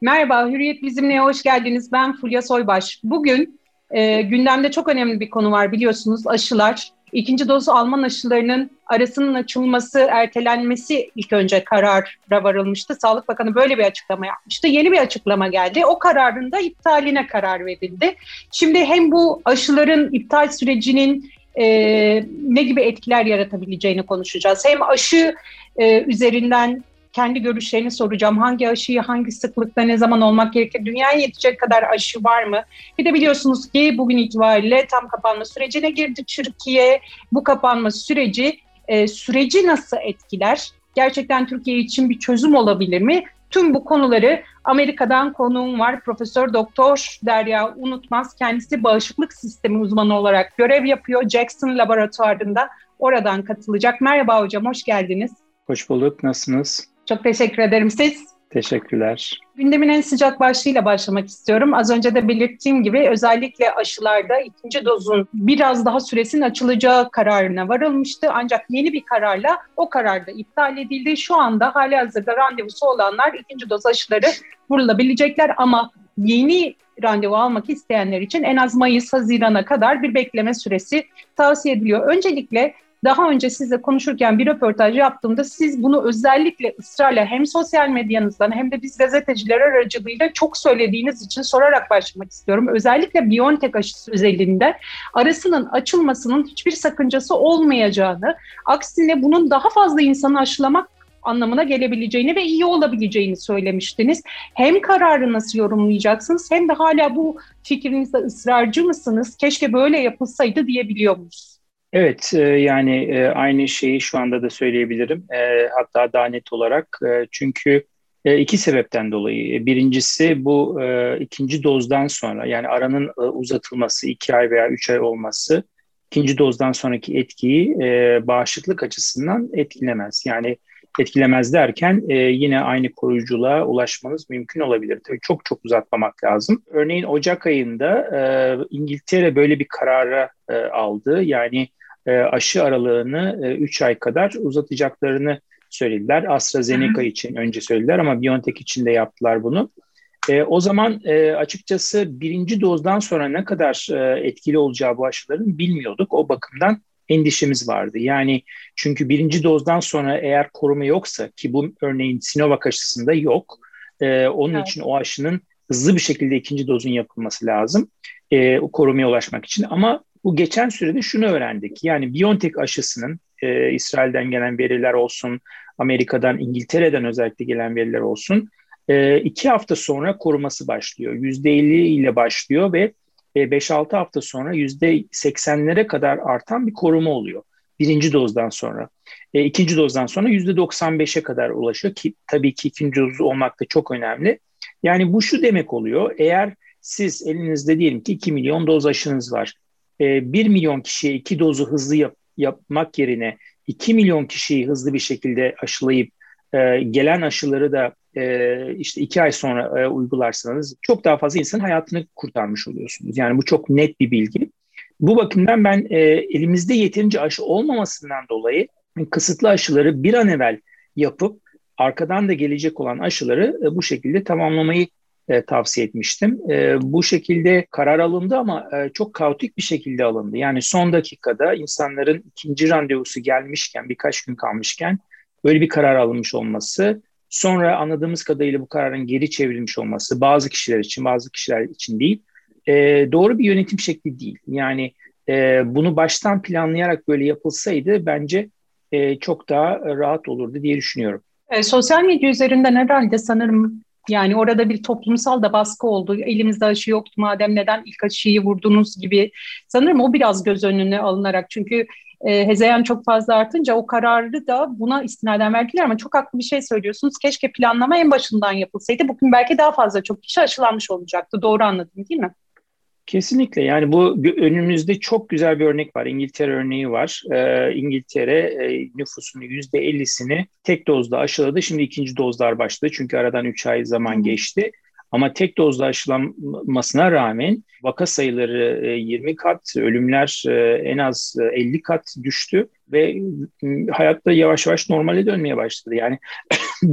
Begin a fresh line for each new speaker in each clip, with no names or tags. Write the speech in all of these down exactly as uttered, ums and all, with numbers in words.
Merhaba, Hürriyet Bizimle'ye hoş geldiniz. Ben Fulya Soybaş. Bugün e, gündemde çok önemli bir konu var biliyorsunuz, aşılar. İkinci dozu Alman aşılarının arasının açılması, ertelenmesi ilk önce karara varılmıştı. Sağlık Bakanı böyle bir açıklama yapmıştı. Yeni bir açıklama geldi. O kararın da iptaline karar verildi. Şimdi hem bu aşıların iptal sürecinin e, ne gibi etkiler yaratabileceğini konuşacağız. Hem aşı e, üzerinden kendi görüşlerini soracağım. Hangi aşıyı hangi sıklıkta ne zaman olmak gerekir? Dünyaya yetecek kadar aşı var mı? Bir de biliyorsunuz ki bugün itibariyle tam kapanma sürecine girdi Türkiye. Bu kapanma süreci e, süreci nasıl etkiler? Gerçekten Türkiye için bir çözüm olabilir mi? Tüm bu konuları Amerika'dan konuğum var. Profesör Doktor Derya Unutmaz. Kendisi bağışıklık sistemi uzmanı olarak görev yapıyor. Jackson Laboratuvarı'nda oradan katılacak. Merhaba hocam, hoş geldiniz.
Hoş bulduk. Nasılsınız?
Çok teşekkür ederim. Siz?
Teşekkürler.
Gündemin en sıcak başlığıyla başlamak istiyorum. Az önce de belirttiğim gibi özellikle aşılarda ikinci dozun biraz daha süresinin açılacağı kararına varılmıştı. Ancak yeni bir kararla o karar da iptal edildi. Şu anda halihazırda randevusu olanlar ikinci doz aşıları vurulabilecekler ama yeni randevu almak isteyenler için en az Mayıs-Haziran'a kadar bir bekleme süresi tavsiye ediliyor. Öncelikle daha önce sizle konuşurken bir röportaj yaptığımda siz bunu özellikle ısrarla hem sosyal medyanızdan hem de biz gazeteciler aracılığıyla çok söylediğiniz için sorarak başlamak istiyorum. Özellikle BioNTech aşısı özelinde arasının açılmasının hiçbir sakıncası olmayacağını, aksine bunun daha fazla insanı aşılamak anlamına gelebileceğini ve iyi olabileceğini söylemiştiniz. Hem kararı nasıl yorumlayacaksınız hem de hala bu fikrinizde ısrarcı mısınız? Keşke böyle yapılsaydı diyebiliyor muyuz?
Evet, e, yani e, aynı şeyi şu anda da söyleyebilirim. E, hatta daha net olarak. E, çünkü e, iki sebepten dolayı. Birincisi bu e, ikinci dozdan sonra, yani aranın e, uzatılması, iki ay veya üç ay olması, ikinci dozdan sonraki etkiyi e, bağışıklık açısından etkilemez. Yani etkilemez derken e, yine aynı koruyuculuğa ulaşmanız mümkün olabilir. Tabii çok çok uzatmamak lazım. Örneğin Ocak ayında e, İngiltere böyle bir karara e, aldı. Yani e, aşı aralığını e, üç ay kadar uzatacaklarını söylediler. AstraZeneca için önce söylediler ama BioNTech için de yaptılar bunu. E, o zaman e, açıkçası birinci dozdan sonra ne kadar e, etkili olacağı bu aşıların bilmiyorduk. O bakımdan endişemiz vardı. Yani çünkü birinci dozdan sonra eğer koruma yoksa, ki bu örneğin Sinovac aşısında yok, e, onun
Evet.
için o aşının hızlı bir şekilde ikinci dozun yapılması lazım e, o korumaya ulaşmak için. Ama bu geçen sürede şunu öğrendik. Yani BioNTech aşısının e, İsrail'den gelen veriler olsun, Amerika'dan, İngiltere'den özellikle gelen veriler olsun, e, iki hafta sonra koruması başlıyor. yüzde elli ile başlıyor ve beş altı hafta sonra yüzde seksenlere kadar artan bir koruma oluyor. Birinci dozdan sonra. E, ikinci dozdan sonra yüzde doksan beşe kadar ulaşıyor ki tabii ki ikinci dozu olmak da çok önemli. Yani bu şu demek oluyor. Eğer siz elinizde diyelim ki iki milyon doz aşınız var. E, bir milyon kişiye iki dozu hızlı yap, yapmak yerine iki milyon kişiyi hızlı bir şekilde aşılayıp e, gelen aşıları da e, işte iki ay sonra e, uygularsanız çok daha fazla insanın hayatını kurtarmış oluyorsunuz. Yani bu çok net bir bilgi. Bu bakımdan ben e, elimizde yeterince aşı olmamasından dolayı kısıtlı aşıları bir an evvel yapıp arkadan da gelecek olan aşıları e, bu şekilde tamamlamayı e, tavsiye etmiştim. E, bu şekilde karar alındı ama e, çok kaotik bir şekilde alındı. Yani son dakikada insanların ikinci randevusu gelmişken, birkaç gün kalmışken böyle bir karar alınmış olması, sonra anladığımız kadarıyla bu kararın geri çevrilmiş olması, bazı kişiler için, bazı kişiler için değil, e, doğru bir yönetim şekli değil. Yani e, bunu baştan planlayarak böyle yapılsaydı bence e, çok daha rahat olurdu diye düşünüyorum.
E, sosyal medya üzerinden herhalde sanırım yani orada bir toplumsal da baskı oldu. Elimizde aşı yoktu madem neden ilk aşıyı vurdunuz gibi. Sanırım o biraz göz önüne alınarak çünkü e, hezeyan çok fazla artınca o kararı da buna istinaden verdiler ama çok haklı bir şey söylüyorsunuz. Keşke planlama en başından yapılsaydı. Bugün belki daha fazla çok kişi aşılanmış olacaktı. Doğru anladım değil mi?
Kesinlikle, yani bu önümüzde çok güzel bir örnek var. İngiltere örneği var. Ee, İngiltere e, nüfusunun yüzde ellisini tek dozda aşıladı. Şimdi ikinci dozlar başladı çünkü aradan üç ay zaman
Hı-hı.
geçti. Ama tek dozda aşılanmasına rağmen vaka sayıları e, yirmi kat, ölümler e, en az e, elli kat düştü ve e, hayatta yavaş yavaş normale dönmeye başladı. Yani bu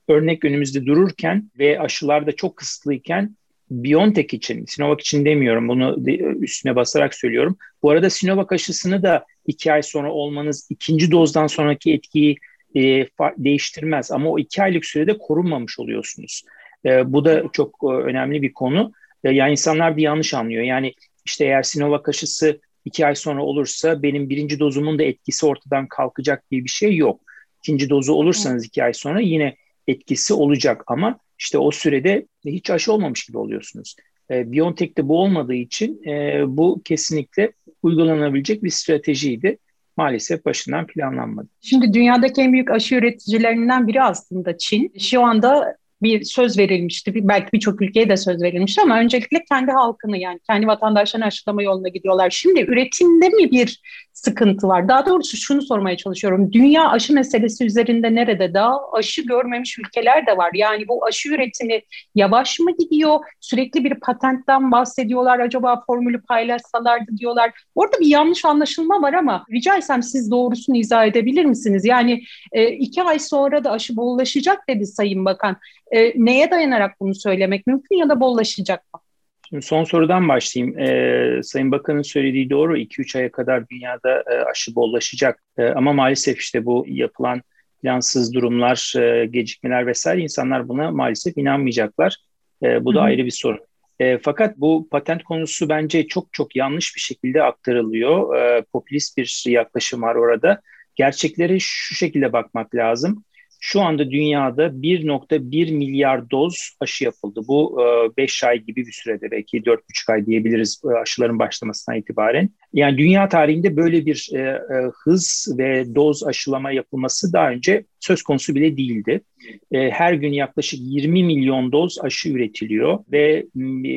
örnek önümüzde dururken ve aşılar da çok kısıtlıyken BioNTech için, Sinovac için demiyorum, bunu üstüne basarak söylüyorum. Bu arada Sinovac aşısını da iki ay sonra olmanız ikinci dozdan sonraki etkiyi e, değiştirmez. Ama o iki aylık sürede korunmamış oluyorsunuz. E, bu da çok e, önemli bir konu. E, yani insanlar bir yanlış anlıyor. Yani işte eğer Sinovac aşısı iki ay sonra olursa benim birinci dozumun da etkisi ortadan kalkacak diye bir şey yok. İkinci dozu olursanız iki ay sonra yine etkisi olacak ama işte o sürede hiç aşı olmamış gibi oluyorsunuz. E, BioNTech'te bu olmadığı için e, bu kesinlikle uygulanabilecek bir stratejiydi. Maalesef başından planlanmadı.
Şimdi dünyadaki en büyük aşı üreticilerinden biri aslında Çin. Şu anda bir söz verilmişti. Belki birçok ülkeye de söz verilmişti ama öncelikle kendi halkını, yani kendi vatandaşlarını aşılama yoluna gidiyorlar. Şimdi üretimde mi bir sıkıntı var? Daha doğrusu şunu sormaya çalışıyorum. Dünya aşı meselesi üzerinde nerede? Daha aşı görmemiş ülkeler de var. Yani bu aşı üretimi yavaş mı gidiyor? Sürekli bir patentten bahsediyorlar. Acaba formülü paylaşsalardı diyorlar. Orada bir yanlış anlaşılma var ama rica etsem siz doğrusunu izah edebilir misiniz? Yani e, iki ay sonra da aşı bollaşacak dedi Sayın Bakan. E, neye dayanarak bunu söylemek mümkün ya da bollaşacak mı?
Şimdi son sorudan başlayayım. Ee, Sayın Bakan'ın söylediği doğru. iki üç aya kadar dünyada e, aşı bollaşacak. E, ama maalesef işte bu yapılan plansız durumlar, e, gecikmeler vesaire insanlar buna maalesef inanmayacaklar. E, bu da hı hı. ayrı bir sorun. E, fakat bu patent konusu bence çok çok yanlış bir şekilde aktarılıyor. E, popülist bir yaklaşım var orada. Gerçekleri şu şekilde bakmak lazım. Şu anda dünyada bir virgül bir milyar doz aşı yapıldı. Bu beş ay gibi bir sürede, belki dört buçuk ay diyebiliriz aşıların başlamasından itibaren. Yani dünya tarihinde böyle bir e, e, hız ve doz aşılama yapılması daha önce söz konusu bile değildi. E, her gün yaklaşık yirmi milyon doz aşı üretiliyor ve e,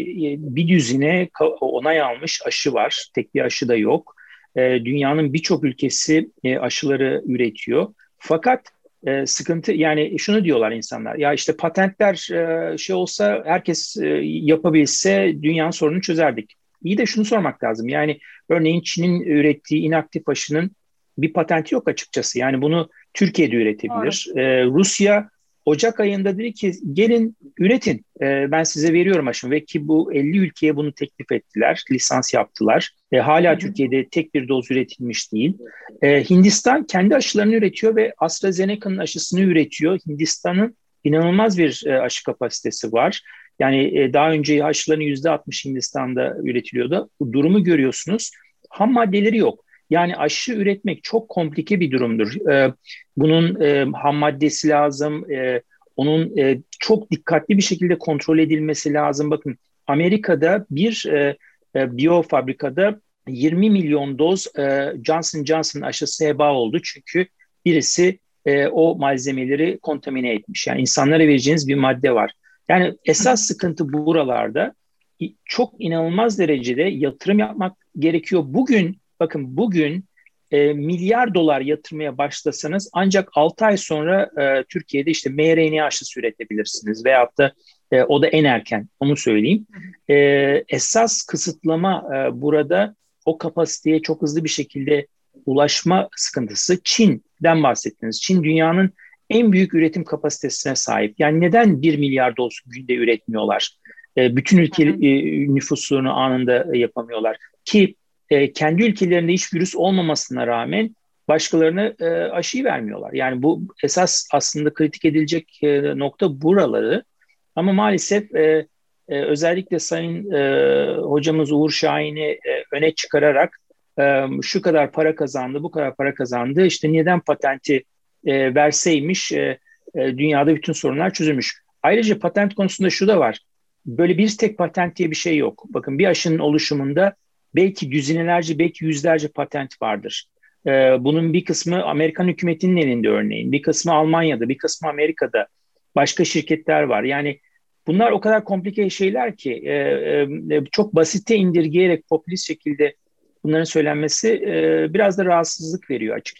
bir düzine onay almış aşı var. Tek bir aşı da yok. E, dünyanın birçok ülkesi e, aşıları üretiyor. Fakat E, sıkıntı, yani şunu diyorlar insanlar, ya işte patentler e, şey olsa, herkes e, yapabilse dünyanın sorununu çözerdik. İyi de şunu sormak lazım, yani örneğin Çin'in ürettiği inaktif aşının bir patenti yok açıkçası. Yani bunu Türkiye'de üretebilir. E, Rusya Ocak ayında dedi ki gelin üretin, e, ben size veriyorum aşımı, ve ki bu elli ülkeye bunu teklif ettiler, lisans yaptılar. E, hala Türkiye'de tek bir doz üretilmiş değil. E, Hindistan kendi aşılarını üretiyor ve AstraZeneca'nın aşısını üretiyor. Hindistan'ın inanılmaz bir e, aşı kapasitesi var. Yani e, daha önce aşıların yüzde altmış Hindistan'da üretiliyordu. Bu durumu görüyorsunuz. Ham maddeleri yok. Yani aşı üretmek çok komplike bir durumdur. E, bunun e, ham maddesi lazım. E, onun e, çok dikkatli bir şekilde kontrol edilmesi lazım. Bakın, Amerika'da bir e, e, biyo fabrikada yirmi milyon doz e, Johnson Johnson aşısı heba oldu. Çünkü birisi e, o malzemeleri kontamine etmiş. Yani insanlara vereceğiniz bir madde var. Yani esas sıkıntı buralarda. Çok inanılmaz derecede yatırım yapmak gerekiyor. Bugün, bakın bugün e, milyar dolar yatırmaya başlasanız ancak altı ay sonra e, Türkiye'de işte mRNA aşısı üretebilirsiniz. Veyahut da e, o da en erken, onu söyleyeyim. E, esas kısıtlama e, burada o kapasiteye çok hızlı bir şekilde ulaşma sıkıntısı. Çin'den bahsettiniz. Çin dünyanın en büyük üretim kapasitesine sahip. Yani neden bir milyar doz günde üretmiyorlar? E, bütün ülke e, nüfusunu anında yapamıyorlar. Ki e, kendi ülkelerinde hiç virüs olmamasına rağmen başkalarına e, aşıyı vermiyorlar. Yani bu esas aslında kritik edilecek e, nokta buraları. Ama maalesef e, e, özellikle Sayın e, hocamız Uğur Şahin'i e, öne çıkararak e, şu kadar para kazandı, bu kadar para kazandı, İşte neden patenti e, verseymiş e, e, dünyada bütün sorunlar çözülmüş. Ayrıca patent konusunda şu da var. Böyle bir tek patent diye bir şey yok. Bakın, bir aşının oluşumunda belki düzinelerce, belki yüzlerce patent vardır. E, bunun bir kısmı Amerikan hükümetinin elinde örneğin, bir kısmı Almanya'da, bir kısmı Amerika'da. Başka şirketler var. Yani bunlar o kadar komplike şeyler ki e, e, çok basite indirgeyerek popülist şekilde bunların söylenmesi e, biraz da rahatsızlık veriyor açıkçası.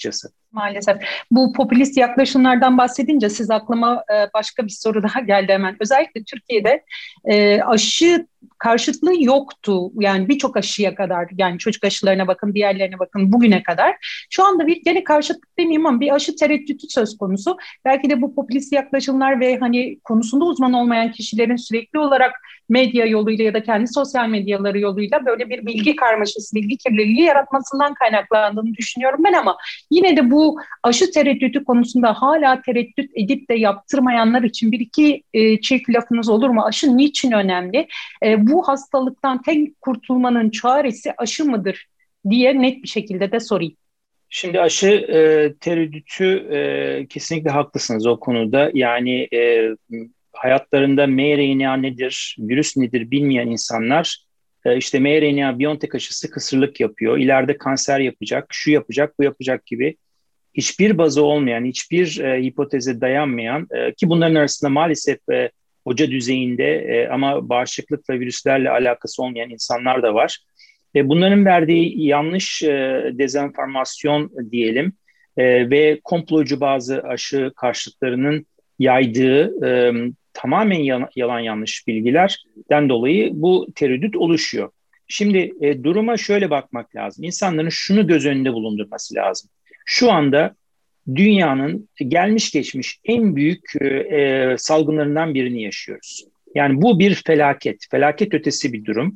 Maalesef. Bu popülist yaklaşımlardan bahsedince siz aklıma e, başka bir soru daha geldi hemen. Özellikle Türkiye'de e, aşı karşıtlığı yoktu. Yani birçok aşıya kadar, yani çocuk aşılarına bakın, diğerlerine bakın bugüne kadar. Şu anda bir gene karşıtlık demeyeyim ama bir aşı tereddütü söz konusu. Belki de bu popülist yaklaşımlar ve hani konusunda uzman olmayan kişilerin sürekli olarak medya yoluyla ya da kendi sosyal medyaları yoluyla böyle bir bilgi karmaşası, bilgi kirliliği yaratmasından kaynaklandığını düşünüyorum ben, ama yine de bu aşı tereddütü konusunda hala tereddüt edip de yaptırmayanlar için bir iki e, çift lafınız olur mu? Aşı niçin önemli? E, bu hastalıktan tek kurtulmanın çaresi aşı mıdır diye net bir şekilde de sorayım.
Şimdi aşı e, tereddütü e, kesinlikle haklısınız o konuda. Yani e, hayatlarında mRNA nedir, virüs nedir bilmeyen insanlar e, işte mRNA BioNTech aşısı kısırlık yapıyor, ileride kanser yapacak, şu yapacak, bu yapacak gibi hiçbir bazı olmayan, hiçbir e, hipoteze dayanmayan e, ki bunların arasında maalesef e, hoca düzeyinde e, ama bağışıklıkla virüslerle alakası olmayan insanlar da var. E, bunların verdiği yanlış e, dezenformasyon diyelim e, ve komplocu bazı aşı karşıtlarının yaydığı e, tamamen yalan, yalan yanlış bilgilerden dolayı bu tereddüt oluşuyor. Şimdi e, duruma şöyle bakmak lazım. İnsanların şunu göz önünde bulundurması lazım. Şu anda dünyanın gelmiş geçmiş en büyük e, salgınlarından birini yaşıyoruz. Yani bu bir felaket, felaket ötesi bir durum.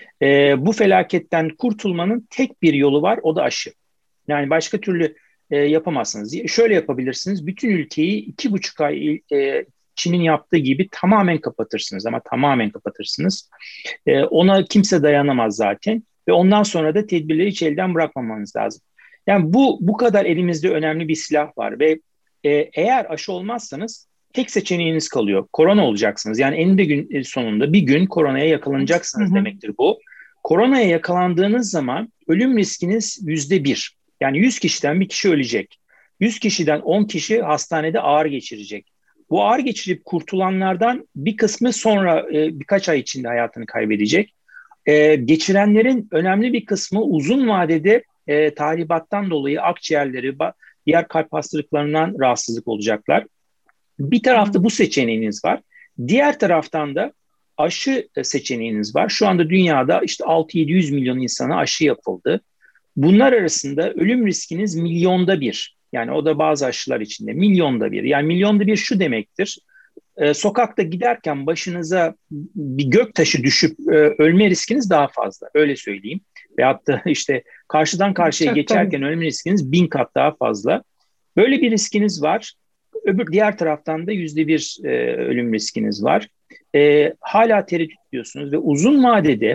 E, bu felaketten kurtulmanın tek bir yolu var, o da aşı. Yani başka türlü e, yapamazsınız. Şöyle yapabilirsiniz, bütün ülkeyi iki buçuk ay e, Çin'in yaptığı gibi tamamen kapatırsınız ama tamamen kapatırsınız. E, ona kimse dayanamaz zaten ve ondan sonra da tedbirleri hiç elden bırakmamanız lazım. Yani bu bu kadar elimizde önemli bir silah var ve e, eğer aşı olmazsanız tek seçeneğiniz kalıyor. Korona olacaksınız. Yani eninde gün sonunda bir gün koronaya yakalanacaksınız hı hı. demektir bu. Koronaya yakalandığınız zaman ölüm riskiniz yüzde bir. Yani yüz kişiden bir kişi ölecek. yüz kişiden on kişi hastanede ağır geçirecek. Bu ağır geçirip kurtulanlardan bir kısmı sonra e, birkaç ay içinde hayatını kaybedecek. E, geçirenlerin önemli bir kısmı uzun vadede e, tahribattan dolayı akciğerleri, diğer kalp hastalıklarından rahatsızlık olacaklar. Bir tarafta bu seçeneğiniz var. Diğer taraftan da aşı seçeneğiniz var. Şu anda dünyada işte altı yedi yüz milyon insana aşı yapıldı. Bunlar arasında ölüm riskiniz milyonda bir. Yani o da bazı aşılar içinde milyonda bir. Yani milyonda bir şu demektir. Ee, sokakta giderken başınıza bir göktaşı düşüp e, ölme riskiniz daha fazla. Öyle söyleyeyim. Veyahut da işte karşıdan karşıya Çok geçerken tabii. ölme riskiniz bin kat daha fazla. Böyle bir riskiniz var. Öbür diğer taraftan da yüzde bir e, ölüm riskiniz var. E, hala tereddüt diyorsunuz ve uzun vadede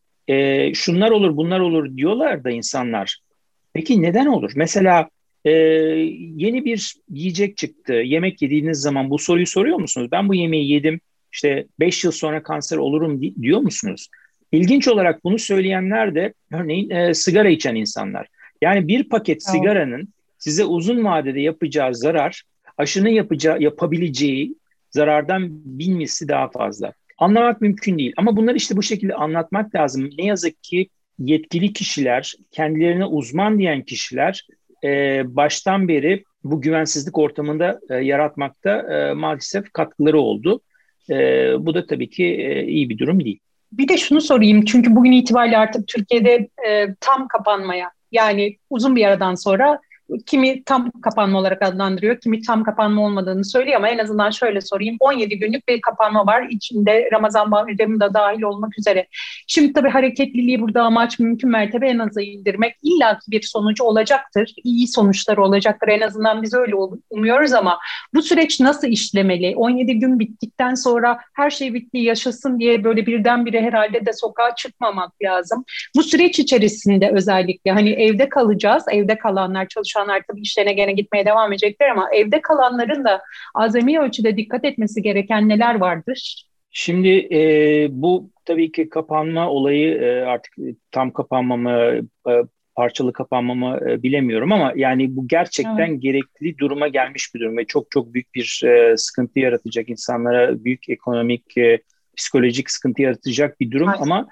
e, şunlar olur bunlar olur diyorlar da insanlar. Peki neden olur? Mesela e, yeni bir yiyecek çıktı. Yemek yediğiniz zaman bu soruyu soruyor musunuz? Ben bu yemeği yedim, işte beş yıl sonra kanser olurum di- diyor musunuz? İlginç olarak bunu söyleyenler de örneğin e, sigara içen insanlar. Yani bir paket tamam. sigaranın size uzun vadede yapacağı zarar, aşının yapacağı, yapabileceği zarardan bin misli daha fazla. Anlamak mümkün değil. Ama bunları işte bu şekilde anlatmak lazım. Ne yazık ki yetkili kişiler, kendilerine uzman diyen kişiler e, baştan beri bu güvensizlik ortamında e, yaratmakta e, maalesef katkıları oldu. E, bu da tabii ki e, iyi bir durum değil.
Bir de şunu sorayım, çünkü bugün itibariyle artık Türkiye'de e, tam kapanmaya, yani uzun bir aradan sonra kimi tam kapanma olarak adlandırıyor, kimi tam kapanma olmadığını söylüyor, ama en azından şöyle sorayım, on yedi günlük bir kapanma var, içinde Ramazan bayramı da dahil olmak üzere. Şimdi tabii hareketliliği burada amaç mümkün mertebe en aza indirmek, illaki bir sonucu olacaktır, iyi sonuçları olacaktır, en azından biz öyle umuyoruz, ama bu süreç nasıl işlemeli? on yedi gün bittikten sonra her şey bitti yaşasın diye böyle birdenbire herhalde de sokağa çıkmamak lazım. Bu süreç içerisinde özellikle hani evde kalacağız, evde kalanlar, çalışanlar tabii işlerine gene gitmeye devam edecekler, ama evde kalanların da azami ölçüde dikkat etmesi gereken neler vardır?
Şimdi e, bu tabii ki kapanma olayı e, artık tam kapanma mı, e, parçalı kapanma mı e, bilemiyorum, ama yani bu gerçekten evet. gerekli duruma gelmiş bir durum ve çok çok büyük bir e, sıkıntı yaratacak, insanlara büyük ekonomik, e, psikolojik sıkıntı yaratacak bir durum. Aynen. Ama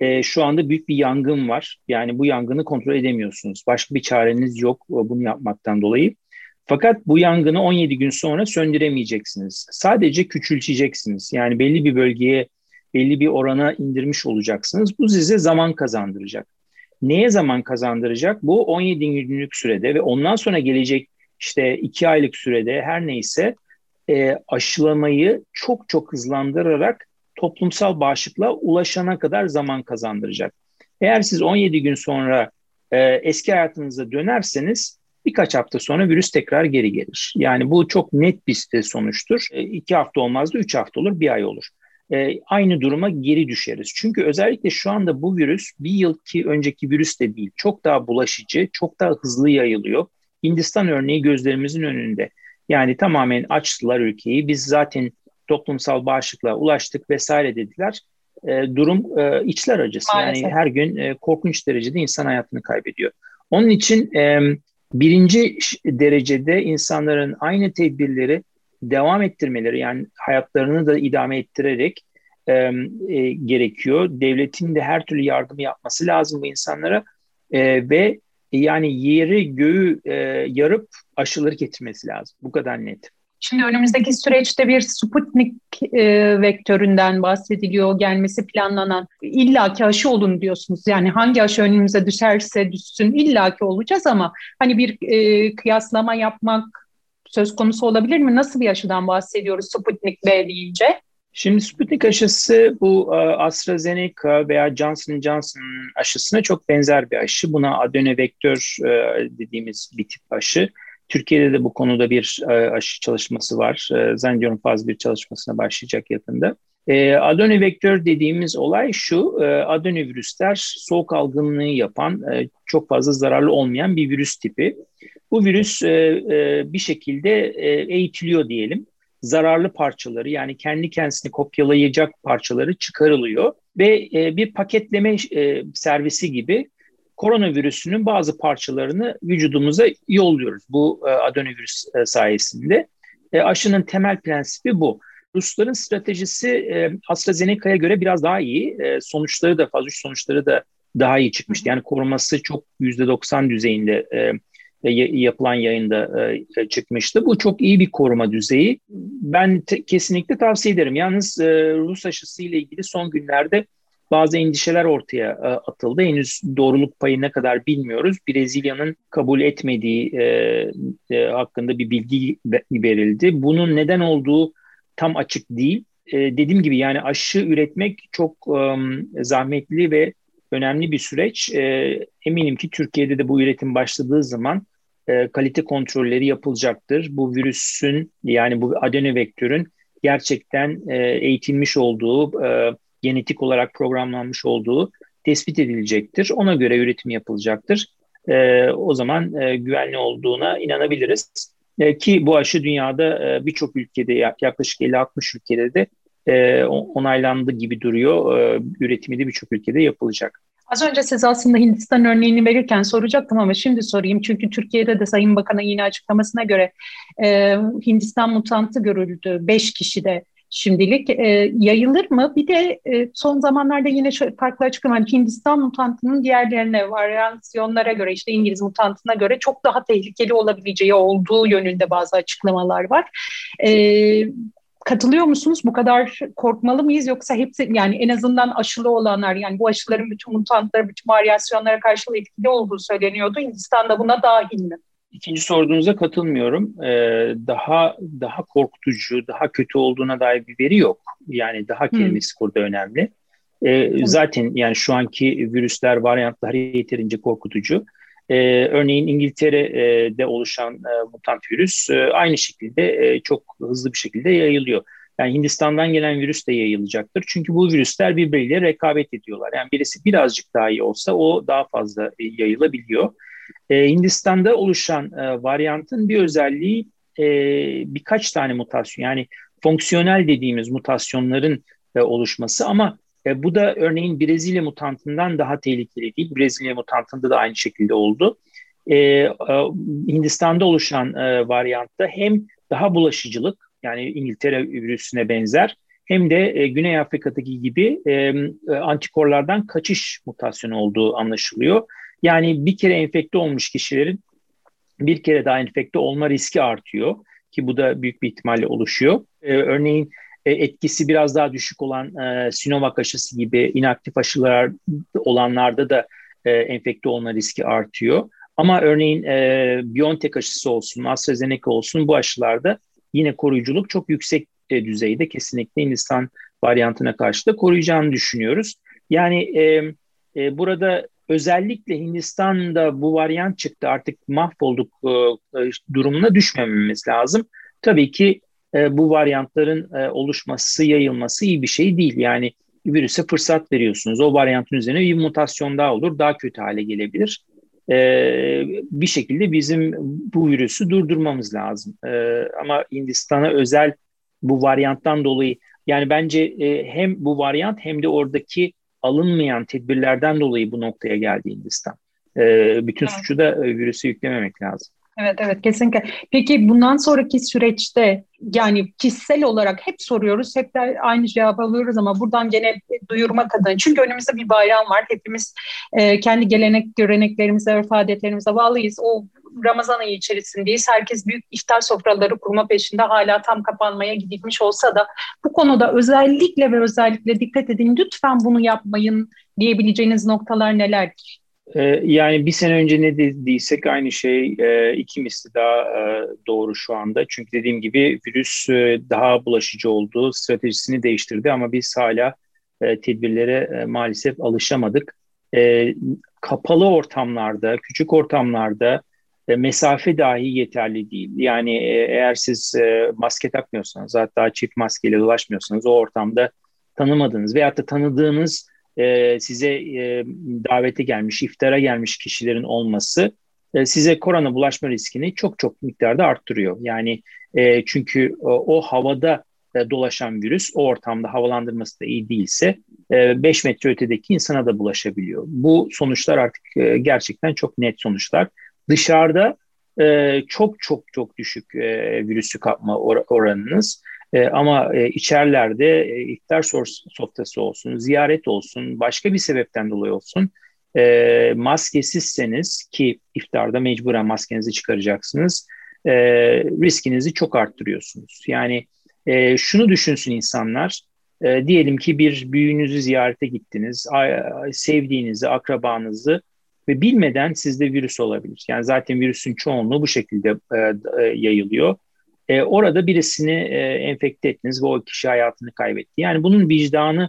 e, şu anda büyük bir yangın var. Yani bu yangını kontrol edemiyorsunuz. Başka bir çareniz yok bunu yapmaktan dolayı. Fakat bu yangını on yedi gün sonra söndüremeyeceksiniz. Sadece küçülteceksiniz. Yani belli bir bölgeye, belli bir orana indirmiş olacaksınız. Bu size zaman kazandıracak. Neye zaman kazandıracak? Bu on yedi günlük sürede ve ondan sonra gelecek işte iki aylık sürede her neyse e, aşılamayı çok çok hızlandırarak toplumsal bağışıklığa ulaşana kadar zaman kazandıracak. Eğer siz on yedi gün sonra e, eski hayatınıza dönerseniz birkaç hafta sonra virüs tekrar geri gelir. Yani bu çok net bir sonuçtur. E, iki hafta olmaz da üç hafta olur, bir ay olur. E, aynı duruma geri düşeriz. Çünkü özellikle şu anda bu virüs bir yılki önceki virüs de değil. Çok daha bulaşıcı, çok daha hızlı yayılıyor. Hindistan örneği gözlerimizin önünde. Yani tamamen açtılar ülkeyi. Biz zaten toplumsal bağışıklığa ulaştık vesaire dediler. E, durum e, içler acısı.
Maalesef.
Yani her gün e, korkunç derecede insan hayatını kaybediyor. Onun için e, birinci derecede insanların aynı tedbirleri devam ettirmeleri, yani hayatlarını da idame ettirerek e, e, gerekiyor. Devletin de her türlü yardım yapması lazım bu insanlara e, ve yani yeri göğü e, yarıp aşıları getirmesi lazım. Bu kadar net.
Şimdi önümüzdeki süreçte bir Sputnik e, vektöründen bahsediliyor, gelmesi planlanan. İllaki aşı olun diyorsunuz. Yani hangi aşı önümüze düşerse düşsün illaki olacağız ama hani bir e, kıyaslama yapmak söz konusu olabilir mi? Nasıl bir aşıdan bahsediyoruz Sputnik V deyince?
Şimdi Sputnik aşısı bu AstraZeneca veya Johnson and Johnson aşısına çok benzer bir aşı. Buna adenovektör dediğimiz bir tip aşı. Türkiye'de de bu konuda bir aşı çalışması var. Zannediyorum faz bir çalışmasına başlayacak yakında. Adenovektör dediğimiz olay şu, adenovirüsler soğuk algınlığı yapan, çok fazla zararlı olmayan bir virüs tipi. Bu virüs bir şekilde eğitiliyor diyelim. Zararlı parçaları, yani kendi kendisini kopyalayacak parçaları çıkarılıyor ve e, bir paketleme e, servisi gibi koronavirüsünün bazı parçalarını vücudumuza yolluyoruz bu e, adenovirüs e, sayesinde. E, aşının temel prensibi bu. Rusların stratejisi e, AstraZeneca'ya göre biraz daha iyi. E, sonuçları da, faz üç sonuçları da daha iyi çıkmıştı. Yani koruması çok yüzde doksan düzeyinde e, yapılan yayında e, çıkmıştı. Bu çok iyi bir koruma düzeyi. Ben te, kesinlikle tavsiye ederim. Yalnız e, Rus aşısı ile ilgili son günlerde bazı endişeler ortaya e, atıldı. Henüz doğruluk payı ne kadar bilmiyoruz. Brezilya'nın kabul etmediği e, e, hakkında bir bilgi verildi. Bunun neden olduğu tam açık değil. E, dediğim gibi yani aşı üretmek çok e, zahmetli ve önemli bir süreç. E, eminim ki Türkiye'de de bu üretim başladığı zaman e, kalite kontrolleri yapılacaktır. Bu virüsün, yani bu adenovektörün gerçekten e, eğitilmiş olduğu, e, genetik olarak programlanmış olduğu tespit edilecektir. Ona göre üretim yapılacaktır. E, o zaman e, güvenli olduğuna inanabiliriz. E, ki bu aşı dünyada e, birçok ülkede, yaklaşık elli altmış ülkede de e, onaylandı gibi duruyor. E, üretimi de birçok ülkede yapılacak.
Az önce siz aslında Hindistan örneğini verirken soracaktım ama şimdi sorayım. Çünkü Türkiye'de de Sayın Bakan'ın yine açıklamasına göre e, Hindistan mutantı görüldü. Beş kişide şimdilik. E, yayılır mı? Bir de e, son zamanlarda yine şöyle farklı açıklama. Yani Hindistan mutantının diğerlerine, varyasyonlara göre, işte İngiliz mutantına göre çok daha tehlikeli olabileceği olduğu yönünde bazı açıklamalar var. E, Katılıyor musunuz? Bu kadar korkmalı mıyız? Yoksa hepsi, yani en azından aşılı olanlar, yani bu aşıların bütün mutantlara, bütün varyasyonlara karşı etkili olduğu söyleniyordu. Hindistan'da buna dahil mi?
İkinci sorduğunuza katılmıyorum. Ee, daha daha korkutucu, daha kötü olduğuna dair bir veri yok. Yani daha kelimesi hmm. burada önemli. Ee, zaten yani şu anki virüsler, varyantlar yeterince korkutucu. Ee, örneğin İngiltere'de oluşan e, mutant virüs e, aynı şekilde e, çok hızlı bir şekilde yayılıyor. Yani Hindistan'dan gelen virüs de yayılacaktır. Çünkü bu virüsler birbiriyle rekabet ediyorlar. Yani birisi birazcık daha iyi olsa o daha fazla e, yayılabiliyor. E, Hindistan'da oluşan e, varyantın bir özelliği e, birkaç tane mutasyon, yani fonksiyonel dediğimiz mutasyonların e, oluşması, ama e, bu da örneğin Brezilya mutantından daha tehlikeli değil. Brezilya mutantında da aynı şekilde oldu. E, e, Hindistan'da oluşan e, varyantta hem daha bulaşıcılık, yani İngiltere virüsüne benzer, hem de e, Güney Afrika'daki gibi e, antikorlardan kaçış mutasyonu olduğu anlaşılıyor. Yani bir kere enfekte olmuş kişilerin bir kere daha enfekte olma riski artıyor ki bu da büyük bir ihtimalle oluşuyor. E, örneğin e, etkisi biraz daha düşük olan e, Sinovac aşısı gibi inaktif aşılar olanlarda da e, enfekte olma riski artıyor. Ama örneğin e, BioNTech aşısı olsun, AstraZeneca olsun bu aşılarda yine koruyuculuk çok yüksek e, düzeyde, kesinlikle Hindistan varyantına karşı da koruyacağını düşünüyoruz. Yani e, e, burada özellikle Hindistan'da bu varyant çıktı artık mahvolduk e, durumuna düşmememiz lazım. Tabii ki e, bu varyantların e, oluşması, yayılması iyi bir şey değil. Yani virüse fırsat veriyorsunuz. O varyantın üzerine bir mutasyon daha olur, daha kötü hale gelebilir. E, bir şekilde bizim bu virüsü durdurmamız lazım. E, ama Hindistan'a özel bu varyanttan dolayı, yani bence e, hem bu varyant hem de oradaki alınmayan tedbirlerden dolayı bu noktaya geldi Hindistan. E, bütün
Evet.
suçu da e, virüse yüklememek lazım.
Evet, evet, kesinlikle. Peki bundan sonraki süreçte, yani kişisel olarak hep soruyoruz, hep de aynı cevabı alıyoruz ama buradan gene duyurmak adına. Çünkü önümüzde bir bayram var. Hepimiz e, kendi gelenek, göreneklerimize, örf adetlerimize bağlıyız. O Ramazan ayı içerisindeyiz. Herkes büyük iftar sofraları kurma peşinde, hala tam kapanmaya gidilmiş olsa da bu konuda özellikle ve özellikle dikkat edin. Lütfen bunu yapmayın diyebileceğiniz noktalar nelerdir?
Ee, Yani bir sene önce ne dediysek aynı şey e, iki misli daha e, doğru şu anda. Çünkü dediğim gibi virüs e, daha bulaşıcı oldu, stratejisini değiştirdi ama biz hala e, tedbirlere e, maalesef alışamadık. E, Kapalı ortamlarda, küçük ortamlarda e, mesafe dahi yeterli değil. Yani e, eğer siz e, maske takmıyorsanız, hatta çift maskeyle dolaşmıyorsanız o ortamda tanımadığınız veyahut da tanıdığınız e, size e, davete gelmiş, iftara gelmiş kişilerin olması e, size korona bulaşma riskini çok çok miktarda arttırıyor. Yani e, çünkü o, o havada e, dolaşan virüs o ortamda havalandırması da iyi değilse e, beş metre ötedeki insana da bulaşabiliyor. Bu sonuçlar artık e, gerçekten çok net sonuçlar. Dışarıda e, çok çok çok düşük e, virüsü kapma or- oranınız. E, ama e, içerilerde e, iftar sofrası olsun, ziyaret olsun, başka bir sebepten dolayı olsun, e, maskesizseniz ki iftarda mecburen maskenizi çıkaracaksınız, e, riskinizi çok arttırıyorsunuz. Yani e, şunu düşünsün insanlar, e, diyelim ki bir büyüğünüzü ziyarete gittiniz, a- sevdiğinizi, akrabanızı ve bilmeden sizde virüs olabilir. Yani zaten virüsün çoğunluğu bu şekilde e, e, yayılıyor. E, orada birisini e, enfekte ettiniz ve o kişi hayatını kaybetti. Yani bunun vicdanı,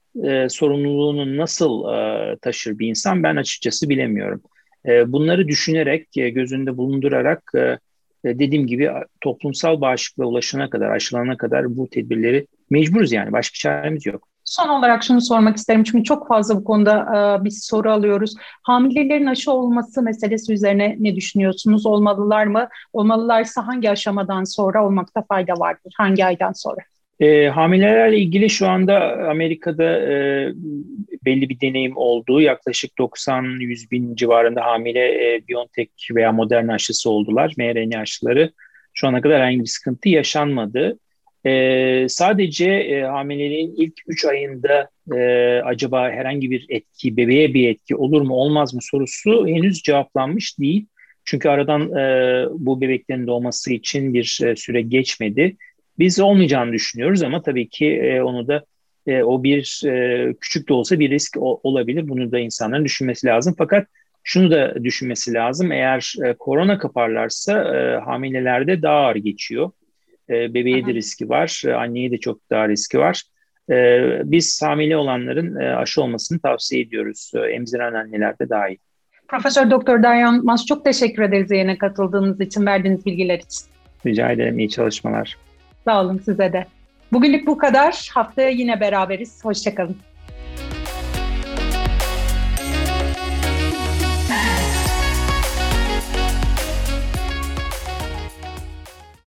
e, sorumluluğunu nasıl e, taşır bir insan ben açıkçası bilemiyorum. E, bunları düşünerek, e, gözünde bulundurarak e, e, dediğim gibi toplumsal bağışıklığa ulaşana kadar, aşılana kadar bu tedbirleri mecburuz, yani başka çaremiz yok.
Son olarak şunu sormak isterim çünkü çok fazla bu konuda e, bir soru alıyoruz. Hamilelerin aşı olması meselesi üzerine ne düşünüyorsunuz? Olmalılar mı? Olmalılarsa hangi aşamadan sonra olmakta fayda vardır? Hangi aydan sonra?
E, hamilelerle ilgili şu anda Amerika'da e, belli bir deneyim olduğu yaklaşık doksan yüz bin civarında hamile e, BioNTech veya Moderna aşısı oldular. M R N A aşıları şu ana kadar herhangi bir sıkıntı yaşanmadı. E, sadece e, hamileliğin ilk üç ayında e, acaba herhangi bir etki, bebeğe bir etki olur mu olmaz mı sorusu henüz cevaplanmış değil. Çünkü aradan e, bu bebeklerin doğması için bir e, süre geçmedi. Biz olmayacağını düşünüyoruz ama tabii ki e, onu da e, o bir e, küçük de olsa bir risk o, olabilir. Bunu da insanların düşünmesi lazım. Fakat şunu da düşünmesi lazım. Eğer e, korona kaparlarsa e, hamilelerde daha ağır geçiyor. E,
Hı
bebeğe de
hı.
riski var. E, anneye de çok daha riski var. E, biz hamile olanların e, aşı olmasını tavsiye ediyoruz. E, emziren anneler de dahil.
Profesör Doktor Deryan Mas, çok teşekkür ederiz yayına katıldığınız için, verdiğiniz bilgiler için.
Rica ederim. İyi çalışmalar.
Sağ olun, size de. Bugünlük bu kadar. Haftaya yine beraberiz. Hoşça kalın.